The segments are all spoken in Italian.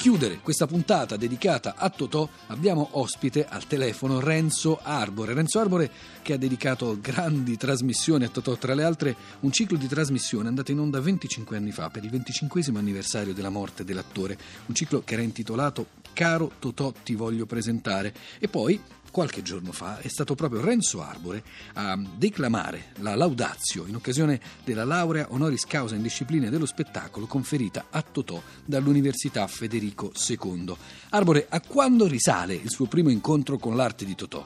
chiudere questa puntata dedicata a Totò abbiamo ospite al telefono Renzo Arbore. Renzo Arbore che ha dedicato grandi trasmissioni a Totò, tra le altre un ciclo di trasmissioni andato in onda 25 anni fa per il 25esimo anniversario della morte dell'attore, un ciclo che era intitolato Caro Totò ti voglio presentare, e poi qualche giorno fa è stato proprio Renzo Arbore a declamare la Laudatio in occasione della laurea honoris causa in discipline dello spettacolo conferita a Totò dall'Università Federico II. Arbore, a quando risale il suo primo incontro con l'arte di Totò?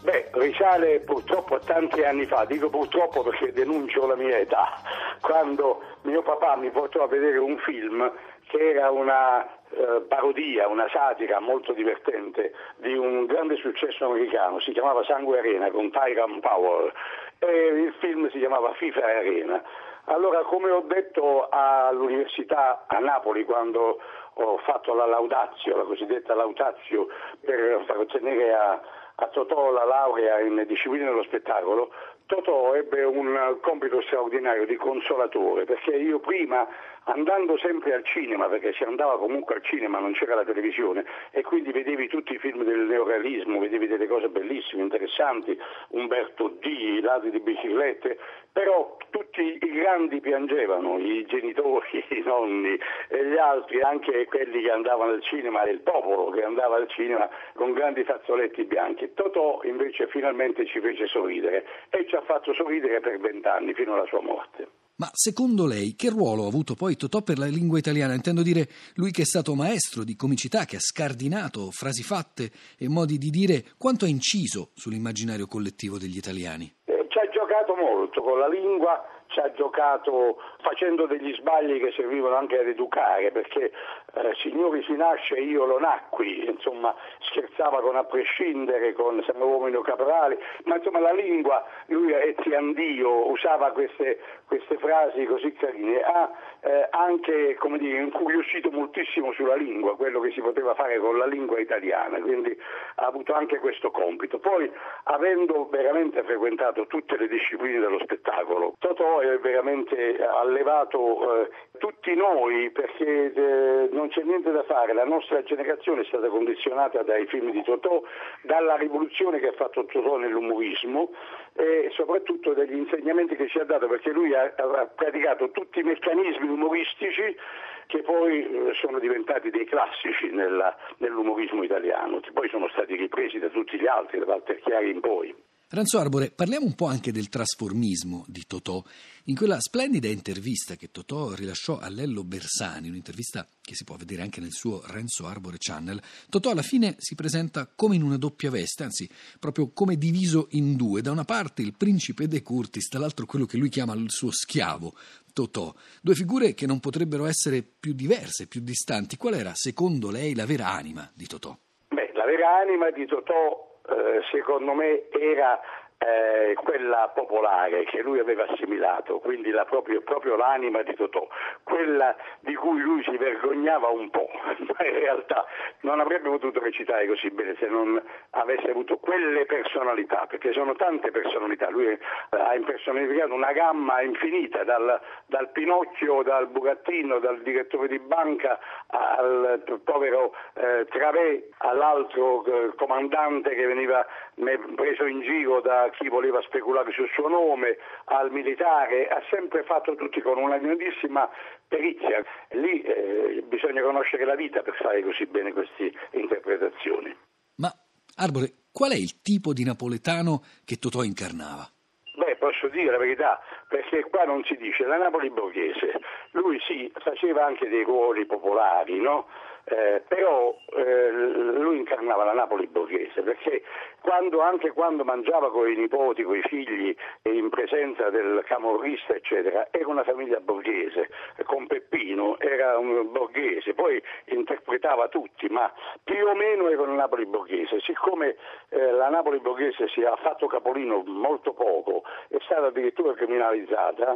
Risale purtroppo a tanti anni fa, dico purtroppo perché denuncio la mia età, quando mio papà mi portò a vedere un film che era una parodia, una satira molto divertente di un grande successo americano, si chiamava Sangue Arena con Tyrone Power e il film si chiamava FIFA Arena. Allora, come ho detto all'università a Napoli quando ho fatto la Laudatio, la cosiddetta Laudatio, per far ottenere a Totò la laurea in discipline dello spettacolo, Totò ebbe un compito straordinario di consolatore, perché io prima, andando sempre al cinema, perché si andava comunque al cinema, non c'era la televisione, e quindi vedevi tutti i film del neorealismo, vedevi delle cose bellissime, interessanti, Umberto D, i ladri di biciclette, però tutti i grandi piangevano, i genitori, i nonni e gli altri, anche quelli che andavano al cinema, il popolo che andava al cinema con grandi fazzoletti bianchi. Totò invece finalmente ci fece sorridere e ci ha fatto sorridere per 20 anni fino alla sua morte. Ma secondo lei che ruolo ha avuto poi Totò per la lingua italiana? Intendo dire, lui che è stato maestro di comicità, che ha scardinato frasi fatte e modi di dire, quanto ha inciso sull'immaginario collettivo degli italiani? Ci ha giocato molto con la lingua, ci ha giocato facendo degli sbagli che servivano anche ad educare, perché signori si nasce io lo nacqui, insomma scherzava con a prescindere, con siamo uomini o caporali, ma insomma la lingua, lui è ziandio, usava queste frasi così carine, ha anche, come dire, incuriosito moltissimo sulla lingua, quello che si poteva fare con la lingua italiana, quindi ha avuto anche questo compito. Poi, avendo veramente frequentato tutte le discipline dello spettacolo, Totò è veramente allevato tutti noi, perché non c'è niente da fare, la nostra generazione è stata condizionata dai film di Totò, dalla rivoluzione che ha fatto Totò nell'umorismo e soprattutto dagli insegnamenti che ci ha dato, perché lui ha praticato tutti i meccanismi umoristici che poi sono diventati dei classici nell'umorismo italiano, che poi sono stati ripresi da tutti gli altri, da Walter Chiari in poi. Renzo Arbore, parliamo un po' anche del trasformismo di Totò. In quella splendida intervista che Totò rilasciò a Lello Bersani, un'intervista che si può vedere anche nel suo Renzo Arbore Channel, Totò alla fine si presenta come in una doppia veste, anzi proprio come diviso in due. Da una parte il principe De Curtis, dall'altro quello che lui chiama il suo schiavo, Totò. Due figure che non potrebbero essere più diverse, più distanti. Qual era, secondo lei, la vera anima di Totò? La vera anima di Totò secondo me era quella popolare che lui aveva assimilato, quindi proprio l'anima di Totò, quella di cui lui si vergognava un po', ma in realtà non avrebbe potuto recitare così bene se non avesse avuto quelle personalità, perché sono tante personalità. Lui ha impersonificato una gamma infinita, dal Pinocchio, dal burattino, dal direttore di banca al povero Travè, all'altro comandante che veniva preso in giro da chi voleva speculare sul suo nome, al militare, ha sempre fatto tutti con una grandissima perizia. Lì bisogna conoscere la vita per fare così bene queste interpretazioni. Ma Arbore, qual è il tipo di napoletano che Totò incarnava? Posso dire la verità, perché qua non si dice la Napoli borghese. Lui sì, faceva anche dei ruoli popolari, no? Però lui incarnava la Napoli borghese, perché anche quando mangiava con i nipoti, con i figli, in presenza del camorrista eccetera, era una famiglia borghese, con Peppino era un borghese, poi interpretava tutti, ma più o meno era una Napoli borghese. Siccome la Napoli borghese si è fatto capolino molto poco, è stata addirittura criminalizzata,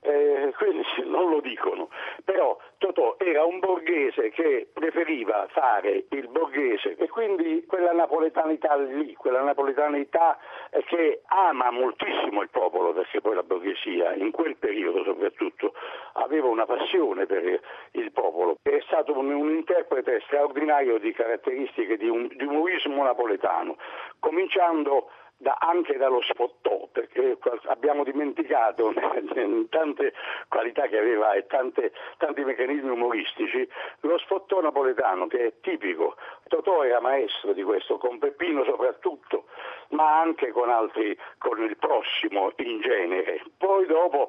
quelli non lo dicono, però Totò era un borghese che preferiva fare il borghese e quindi quella napoletanità lì, quella napoletanità che ama moltissimo il popolo, perché poi la borghesia in quel periodo soprattutto aveva una passione per il popolo. È stato un interprete straordinario di caratteristiche di umorismo napoletano, cominciando anche dallo sfottò, perché abbiamo dimenticato tante qualità che aveva e tanti meccanismi umoristici, lo sfottò napoletano che è tipico. Totò era maestro di questo, con Peppino soprattutto, ma anche con altri, con il prossimo in genere. Poi dopo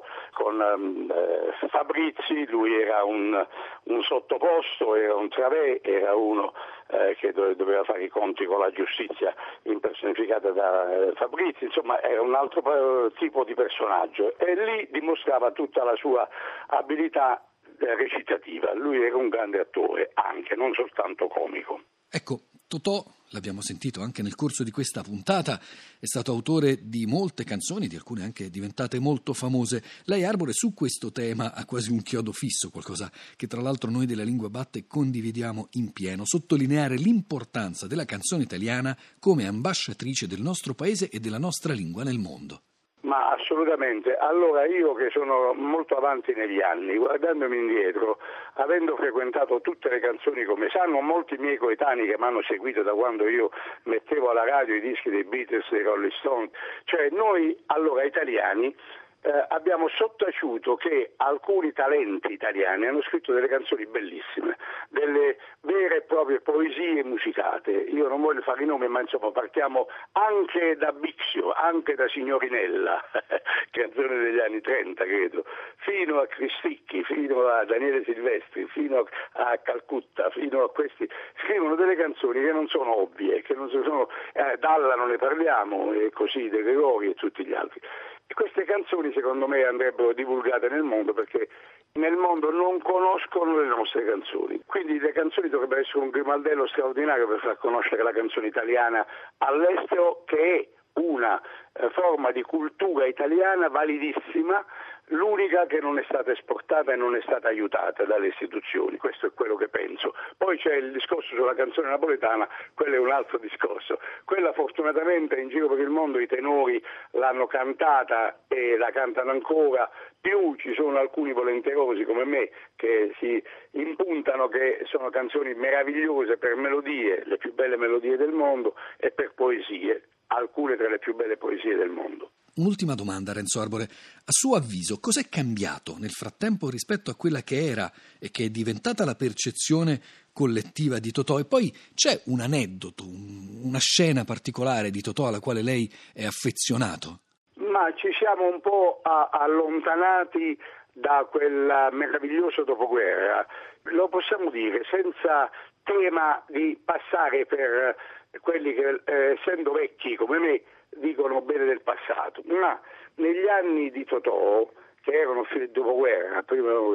con Fabrizi, lui era un sottoposto, era un travè, era uno che doveva fare i conti con la giustizia impersonificata da Fabrizi, insomma era un altro tipo di personaggio e lì dimostrava tutta la sua abilità recitativa. Lui era un grande attore anche, non soltanto comico. Ecco, Totò, l'abbiamo sentito anche nel corso di questa puntata, è stato autore di molte canzoni, di alcune anche diventate molto famose. Lei, Arbore, su questo tema ha quasi un chiodo fisso, qualcosa che tra l'altro noi della Lingua Batte condividiamo in pieno, sottolineare l'importanza della canzone italiana come ambasciatrice del nostro paese e della nostra lingua nel mondo. Ma assolutamente. Allora io che sono molto avanti negli anni, guardandomi indietro, avendo frequentato tutte le canzoni, come sanno molti miei coetanei che mi hanno seguito da quando io mettevo alla radio i dischi dei Beatles, dei Rolling Stones, cioè noi allora italiani abbiamo sottaciuto che alcuni talenti italiani hanno scritto delle canzoni bellissime, delle vere e proprie poesie musicate. Io non voglio fare i nomi, ma insomma partiamo anche da Bixio, anche da Signorinella, canzone degli anni 30 credo, fino a Cristicchi, fino a Daniele Silvestri, fino a Calcutta, fino a questi, scrivono delle canzoni che non sono ovvie, che non sono, Dalla non ne parliamo, e così, De Gregori e tutti gli altri. E queste canzoni secondo me andrebbero divulgate nel mondo, perché nel mondo non conoscono le nostre canzoni, quindi le canzoni dovrebbero essere un grimaldello straordinario per far conoscere la canzone italiana all'estero, che è una forma di cultura italiana validissima, l'unica che non è stata esportata e non è stata aiutata dalle istituzioni. Questo è quello che penso. Poi c'è il discorso sulla canzone napoletana, quello è un altro discorso. Quella fortunatamente in giro per il mondo i tenori l'hanno cantata e la cantano ancora, più ci sono alcuni volenterosi come me che si impuntano che sono canzoni meravigliose per melodie, le più belle melodie del mondo, e per poesie, alcune tra le più belle poesie del mondo. Un'ultima domanda, Renzo Arbore. A suo avviso, cos'è cambiato nel frattempo rispetto a quella che era e che è diventata la percezione collettiva di Totò? E poi c'è un aneddoto, una scena particolare di Totò alla quale lei è affezionato? Ma ci siamo un po' allontanati da quel meraviglioso dopoguerra, lo possiamo dire, senza tema di passare per quelli che, essendo vecchi come me, dicono bene del passato. Ma negli anni di Totò, che erano fine dopoguerra,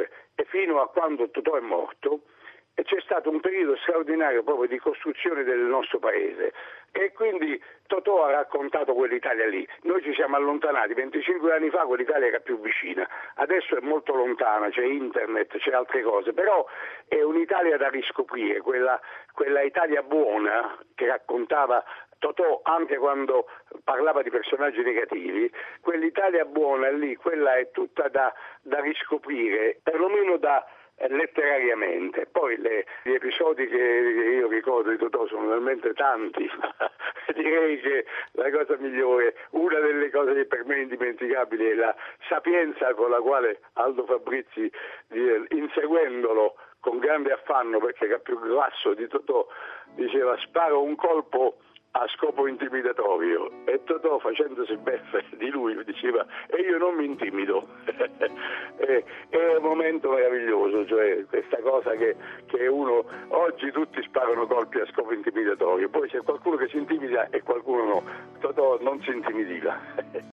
e fino a quando Totò è morto, c'è stato un periodo straordinario proprio di costruzione del nostro paese, e quindi Totò ha raccontato quell'Italia lì. Noi ci siamo allontanati, 25 anni fa quell'Italia era più vicina, adesso è molto lontana, c'è internet, c'è altre cose, però è un'Italia da riscoprire, quella Italia buona che raccontava Totò anche quando parlava di personaggi negativi. Quell'Italia buona lì, quella è tutta da riscoprire, perlomeno letterariamente. Poi gli episodi che io ricordo di Totò sono veramente tanti, ma direi che la cosa migliore, una delle cose che per me è indimenticabile, è la sapienza con la quale Aldo Fabrizi, inseguendolo con grande affanno perché era più grasso di Totò, diceva: sparo un colpo a scopo intimidatorio, e Totò, facendosi beffe di lui, diceva: e io non mi intimido. È un momento meraviglioso, cioè questa cosa che uno, oggi tutti sparano colpi a scopo intimidatorio, poi c'è qualcuno che si intimida e qualcuno no. Totò non si intimidiva.